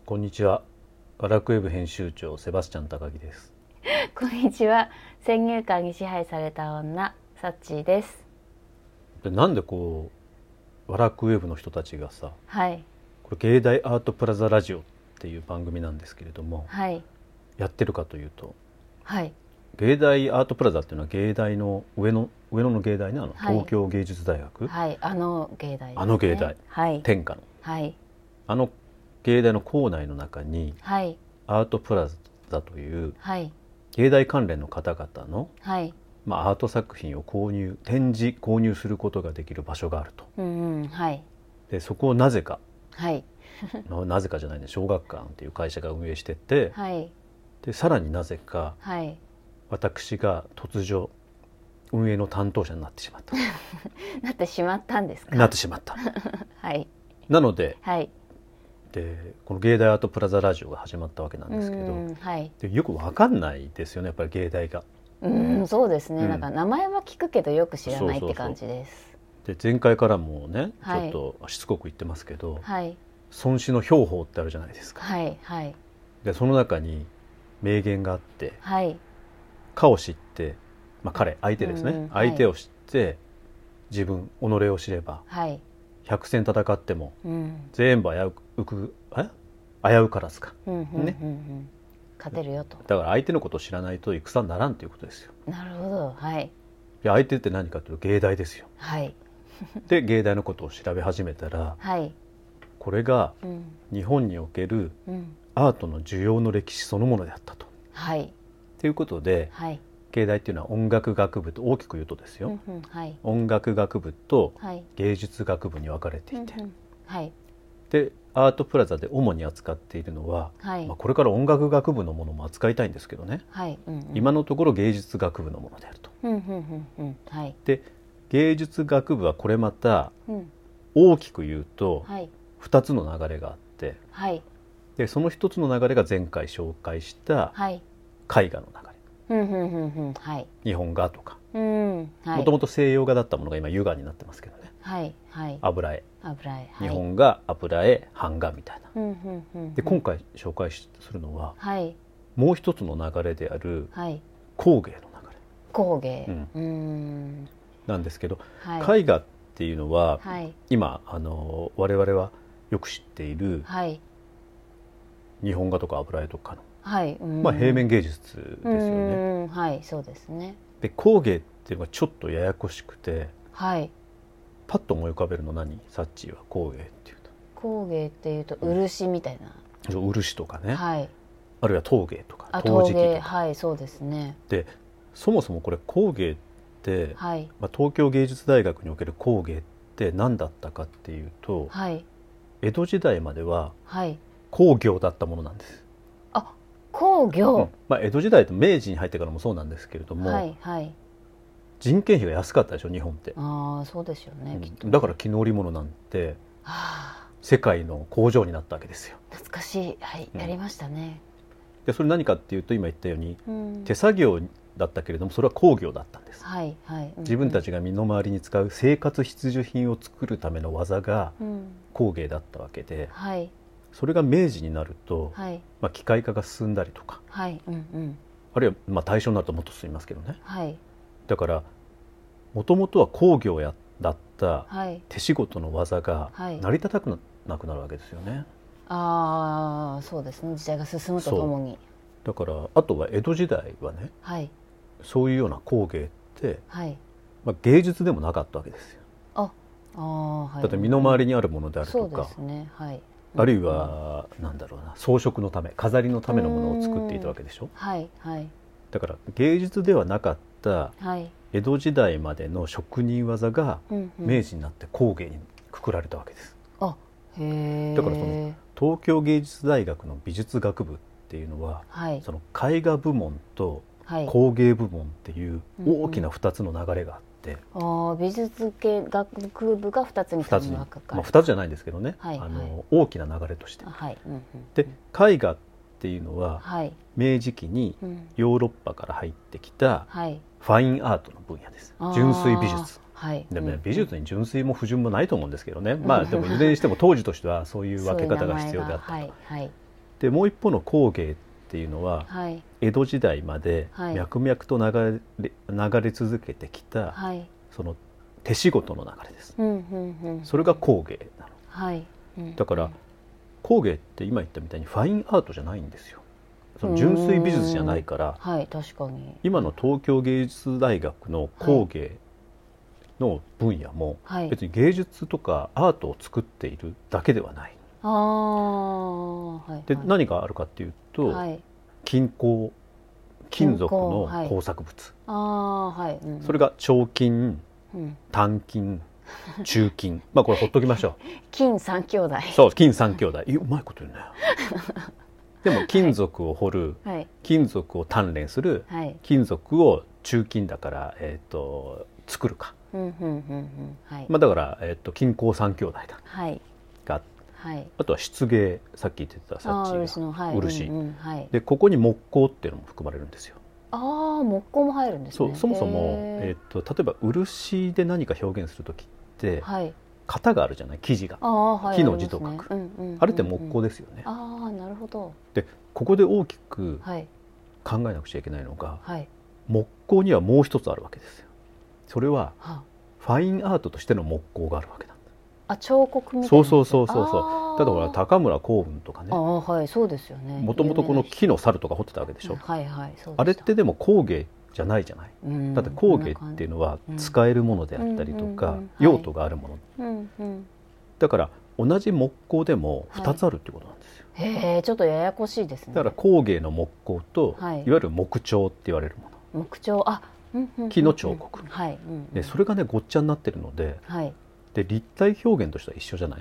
こんにちは。ワラクウェブ編集長セバスチャン高木です。 こんにちは。先入観に支配された女サッチーです。 なんでこうワラクウェブの人たちがさ、 はい、 これ芸大アートプラザラジオっていう番組なんですけれども、 はい、 やってるかというと、 はい、 芸大アートプラザっていうのは芸大の上野の芸大ね、 はい東京芸術大学、 はい、あの芸大ですね。 あの芸大、 はい、 天下のはい、 あの芸大の構内の中にはい、 アートプラザというはい、 芸大関連の方々の、 はい、 アート作品を展示購入することができる場所があると。 はい、 でそこをなぜかはい、 なぜかじゃないね、小学館っていう会社が運営してて、 はい、 でさらになぜかはい、 私が突如運営の担当者になってしまったなってしまったんですか。 なってしまったはい、 なので、 はい、 この芸大アートプラザラジオが始まったわけなんですけど、 はい、 でよくわかんないですよね、やっぱり芸大が。 そうですね、 うんなんか名前は聞くけどよく知らないって感じです。 で前回からもね、 はい、 ちょっとしつこく言ってますけど、 はい、 孫子の兵法ってあるじゃないですか。 はい、はい、 でその中に名言があって、 はい、 かを知って、相手ですね、 はい、 相手を知って自分己を知れば、 はい、 100戦戦ってもうん全部危うからずか、 勝てるよと。 だから相手のことを知らないと戦にならんということですよ。 なるほど。はい、 いや相手って何かというと芸大ですよ。 はい、 で芸大のことを調べ始めたら、 はい、 これがうん日本におけるうんアートの需要の歴史そのものであったと。 はい、 ということで、 はい、 芸大っていうのは音楽学部と、大きく言うとですよ、 はい、 音楽学部とはい、 芸術学部に分かれていて、 はい、 でアートプラザで主に扱っているのは、 はい、 これから音楽学部のものも扱いたいんですけどね、 はい、 今のところ芸術学部のものであると。 はい、 で芸術学部はこれまたうん、 大きく言うとはい、 2つの流れがあって、 はい、 でその1つの流れが前回紹介したはい、 絵画の流はい、 れ、日本画とか、 はい、 もともと西洋画だったものが今油画になってますけどね、 はい、はい、 油絵、 油絵、 日本画、油絵、版画みたいな。で今回、 回紹介するのははい、 もう一つの流れであるはい、 工芸の流工芸、 れなんですけど、 はい、 絵画っていうのは、 はい、 今我々はよく知っているはい、 日本画とか油絵とかの、 はい、 平面芸術ですよね。 はい、そうですね。 で工芸っていうのがちょっとややこしくて、 はい、 パッと思い浮かべるの何？サッチーは工芸っていう工芸っていうと漆みたいな、 と漆とかね、 はい、 あるいは陶芸とか陶陶芸、 磁器とか、 はい、そうですね。 でそもそもこれ工芸って、 はい、 東京芸術大学における工芸って何だったかっていうと、 はい、 江戸時代までははい、 工業だったものなんです。 あ、工業、 江戸時代と明治に入ってからもそうなんですけれども、 はい、はい、 人件費が安かったでしょ日本って。 ああ、そうですよね、きっとね。 だから絹織物なんてはあ、 世界の工場になったわけですよ。 懐かしい、はい、やりましたね。 でそれ何かっていうと、今言ったようにうん手作業だったけれども、それは工業だったんです。 はいはい、 自分たちが身の回りに使う生活必需品を作るための技が工芸だったわけで、 はい、 それが明治になると、 はい、 機械化が進んだりとか、 はい、 あるいは大正になるともっと進みますけどね。 はい、 だからもともとは工業だったはい、 手仕事の技がはい成り立たなくなるわけですよね。 ああ、そうですね、時代が進むとともに。 だからあとは江戸時代はね、 はい、 そういうような工芸って、 はい、 芸術でもなかったわけですよ。 ああ、はい、 だって身の回りにあるものであるとそうか、 ですね、はい、 あるいは装飾のため、飾りのためのものを作っていたわけでしょ。 はい、はい、 だから芸術ではなかったはい、 江戸時代までの職人技が明治になって工芸にくくられたわけです。 あ、へえ。 だからその東京芸術大学の美術学部っていうのは、 はい、 その絵画部門とはい、 工芸部門っていう大きな2つの流れがあって、 ああ、美術系学部が2つに 2つに、 分かれる、 2つじゃないんですけどね、 はいはい、 大きな流れとして、 はい、 で絵画っていうのは、 はい、 明治期にヨーロッパから入ってきたはい、 ファインアートの分野です。純粋美術、 はい、 でもね、美術に純粋も不純もないと思うんですけどね、でもいずれにしても当時としてはそういう分け方が必要であったと。 はい、はい、 でもう一方の工芸っていうのは、 はい、 江戸時代まで脈々と流れ続けてきた、 はい、 その手仕事の流れです、 うんうんうん、 それが工芸なの、 はい、うん、 だから工芸って今言ったみたいにファインアートじゃないんですよ。その純粋美術じゃないから、 はい、確かに今の東京芸術大学の工芸の分野も別に芸術とかアートを作っているだけではない、 はい、 で何があるかっていうと、 はい、 金属の工作物、 はい、 それが長金、短金、中金、まあこれほっときましょう。 金三兄弟。 そう、金三兄弟。うまいこと言うね。でも金属を掘る、 はい、 金属を鍛錬する、 はい、 金属を中金だから、作るか。 はい、 まあだから、金工三兄弟だ。 はい、 が、 はい、 あとは漆芸、さっき言ってたさっちが、 はい、 漆、 はい、 でここに木工っていうのも含まれるんですよ。 木工も入るんですね。 そもそも、例えば漆で何か表現するときって、 はい、 型があるじゃない、生地が、 はい、 木の字と書く、あれって木工ですよね。 なるほど。 でここで大きく考えなくちゃいけないのが、 はい、 木工にはもう一つあるわけですよ。それはファインアートとしての木工があるわけなんだ。 彫刻みたいな。 そう例えば高村光雲とかね、 はい、そうですよね。 もともとこの木の猿とか彫ってたわけでしょ。 はいはい、そうでした。 あれってでも工芸じゃないじゃない。だって工芸っていうのは使えるものであったりとか、用途があるもの、だから同じ木工でも2つあるっていうことなんですよ。 へえ、ちょっとややこしいですね。 だから工芸の木工と、いわゆる木彫って言われるもの、 木彫、 木の彫刻、でそれがねごっちゃになってるので、で立体表現としては一緒じゃない。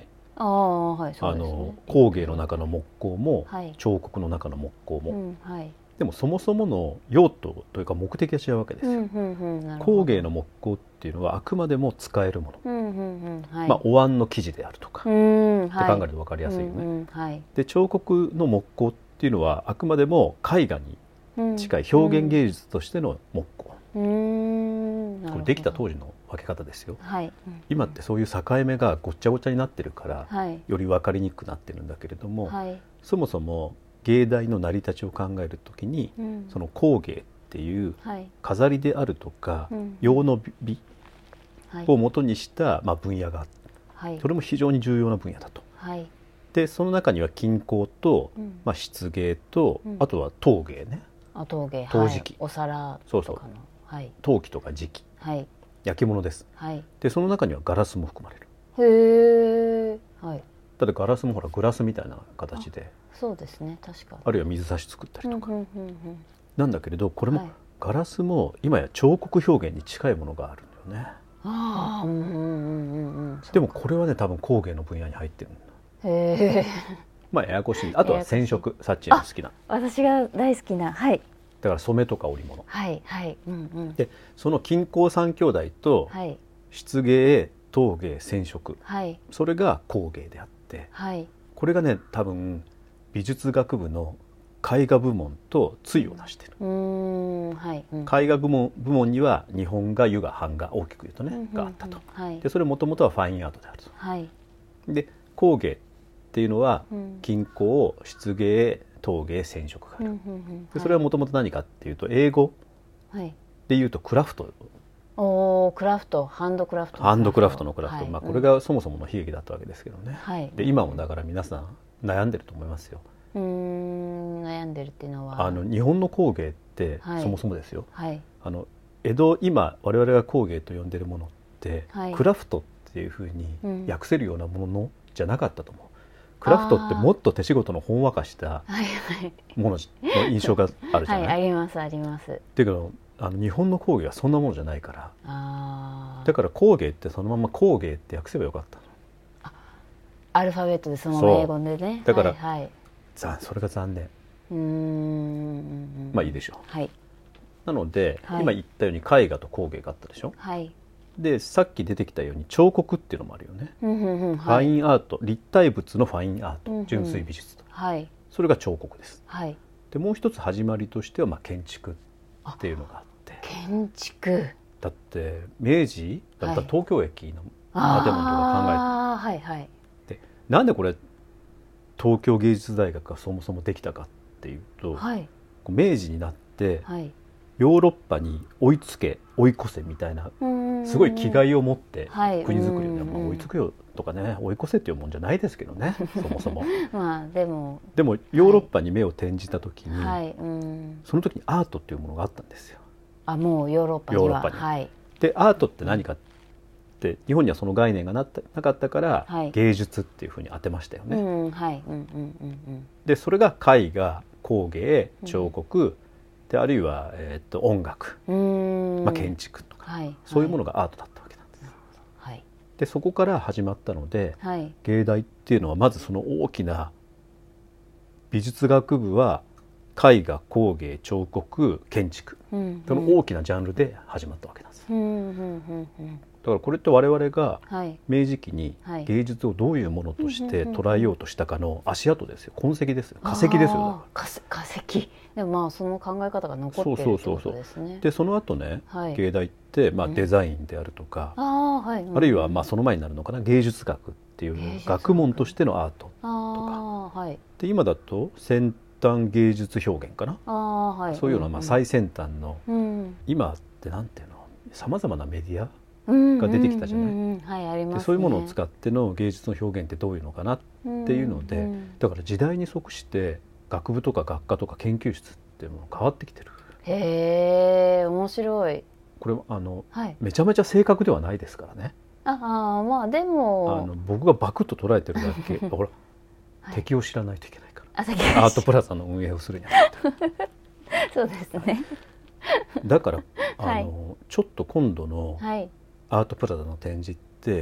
工芸の中の木工も、彫刻の中の木工も、でもそもそもの用途というか目的が違うわけですよ。工芸の木工っていうのはあくまでも使えるもの、お椀の生地であるとかって考えると分かりやすいよね。で彫刻の木工っていうのはあくまでも絵画に近い表現芸術としての木工、これできた当時の分け方ですよ。今ってそういう境目がごっちゃごちゃになってるから、より分かりにくくなってるんだけれども、そもそも芸大の成り立ちを考えるときに、その工芸っていう飾りであるとか、用の美を元にした、分野があって、それも非常に重要な分野だと。でその中には金工と、漆芸と、あとは陶芸ね。陶磁器、 お皿とかの陶器とか磁器、焼き物です。でその中にはガラスも含まれる。だってガラスもほらグラスみたいな形で、 そうですね、確かに。 あるいは水差し作ったりとかなんだけれど、これもガラスも今や彫刻表現に近いものがあるんだよね。でもこれはね多分工芸の分野に入ってるんだ。ややこしい。あとは染色、サッチの好きな、 私が大好きな、だから染めとか織物、でその金工三兄弟と、漆芸、陶芸、染色、それが工芸であって、これがね多分美術学部の絵画部門と対をなしている。絵画部門には日本画、油画、版画、大きく言うとね、があったと。でそれもともとはファインアートであると。で工芸っていうのは金工、漆芸、陶芸、染色がある。でそれはもともと何かっていうと、英語でいうとクラフト、 クラフト、ハンドクラフトのクラフト、これがそもそもの悲劇だったわけですけどね。で今もだから皆さん悩んでると思いますよ。 悩んでるっていうのは、 日本の工芸って、そもそもですよ、江戸、今我々が工芸と呼んでるものって、クラフトっていうふうに訳せるようなものじゃなかったと思う。クラフトってもっと手仕事のほんわかしたものの印象があるじゃない。 ありますあります。 だけど日本の工芸はそんなものじゃないから、だから工芸ってそのまま工芸って訳せばよかったの。 アルファベットでそのまま英語でね。 だから、それが残念。いいでしょう。なので、今言ったように絵画と工芸があったでしょ。でさっき出てきたように彫刻っていうのもあるよね。ファインアート、立体物のファインアート、純粋美術と、それが彫刻です。でもう一つ始まりとしては、建築っていうのがあって。 建築だって明治だったら東京駅の建物とか考えて、でなんでこれ東京芸術大学がそもそもできたかっていうと、はい、明治になって、はい、ヨーロッパに追いつけ追い越せみたいなすごい気概を持って国づくりで、追いつくよとかね追い越せっていうもんじゃないですけどねそもそもまあでもヨーロッパに目を転じた時に、はい、その時にアートっていうものがあったんですよ。 もうヨーロッパには。はい、 でアートって何かって日本にはその概念がなかったから、はい、芸術っていうふうに当てましたよね。でそれが絵画工芸彫刻、であるいは、音楽、建築とか、はい、そういうものがアートだったわけなんです。はい、でそこから始まったので、はい、芸大っていうのはまずその大きな美術学部は絵画工芸彫刻建築、その大きなジャンルで始まったわけなんです。だからこれって我々が明治期に芸術をどういうものとして捉えようとしたかの足跡ですよ。痕跡ですよ。化石ですよ。 化石でもまあその考え方が残ってるってことですね。 でその後ね、はい、芸大って、デザインであるとか、あるいはその前になるのかな芸術学っていう学問としてのアートとか、はい、で今だと先端芸術表現かな、はい、そういうような最先端の、今ってなんていうのさまざまなメディアが出てきたじゃない。でそういうものを使っての芸術の表現ってどういうのかなっていうので、だから時代に即して学部とか学科とか研究室っていうもの変わってきてる。 へえ、面白い。 これはい、めちゃめちゃ正確ではないですからね。 まあでも僕がバクッと捉えてるだけほら、はい、敵を知らないといけないからアートプラザの運営をするにはそうですね。 だからちょっと今度のアートプラザの展示って、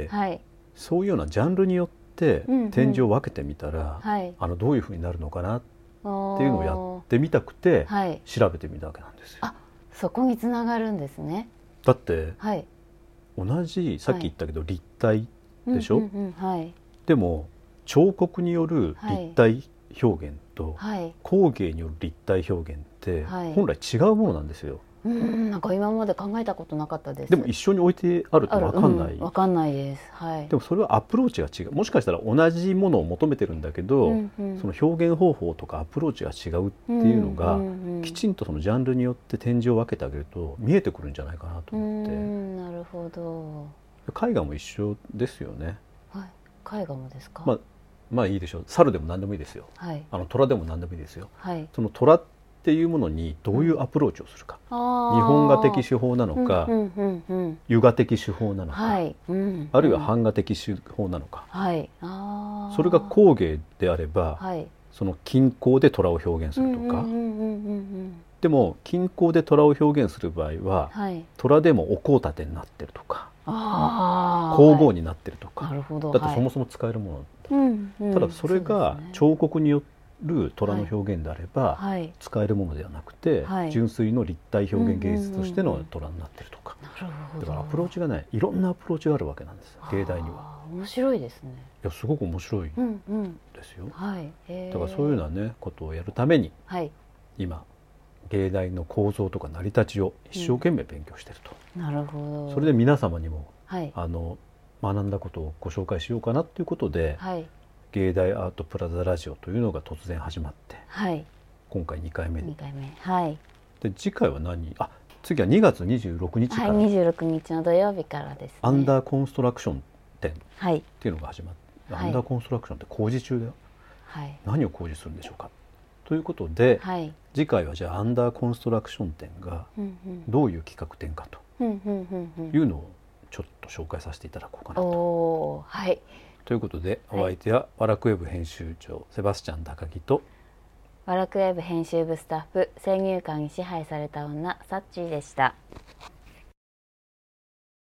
はい、そういうようなジャンルによって展示を分けてみたら、どういうふうになるのかなっていうのをやってみたくて調べてみたわけなんですよ。 そこにつながるんですね。 だって、同じさっき言ったけど立体でしょ。でも彫刻による立体表現と工芸による立体表現って本来違うものなんですよ。 なんか今まで考えたことなかったです。 でも一緒に置いてあると分かんない。 分かんないです。はい。 でもそれはアプローチが違う。もしかしたら同じものを求めてるんだけど、その表現方法とかアプローチが違うっていうのが、きちんとそのジャンルによって展示を分けてあげると見えてくるんじゃないかなと思って。 なるほど。 絵画も一緒ですよね。 はい。絵画もですか。 まあいいでしょう。猿でも何でもいいですよ。はい。虎でも何でもいいですよ。はい。その虎っていうものにどういうアプローチをするか、日本画的手法なのか、油画的手法なのか、あるいは版画的手法なのか、それが工芸であれば、その金工で虎を表現するとか、でも金工で虎を表現する場合は、虎でもお香立てになってるとか、香合になってるとか、だってそもそも使えるものだ。ただそれが彫刻によって虎の表現であれば、使えるものではなくて、純粋の立体表現芸術としての虎になってるとか、だからアプローチがね、いろんなアプローチがあるわけなんですよ、芸大には。 面白いですね。 いやすごく面白いですよ。だからそういうようなねことをやるために、今芸大の構造とか成り立ちを一生懸命勉強してると。なるほど。それで皆様にも、学んだことをご紹介しようかなということで、芸大アートプラザラジオというのが突然始まって、今回2回目に。で次回は次は2月26日から、 26日の土曜日からですね。 アンダーコンストラクション展っていうのが始まって、アンダーコンストラクションって工事中だよ。何を工事するんでしょうかということで、次回はじゃあアンダーコンストラクション展がどういう企画展かというのをちょっと紹介させていただこうかなと。ということで、お相手はワラクウェブ編集長セバスチャン高木と、 ワラクウェブ編集部スタッフ先入観に支配された女サッチーでした。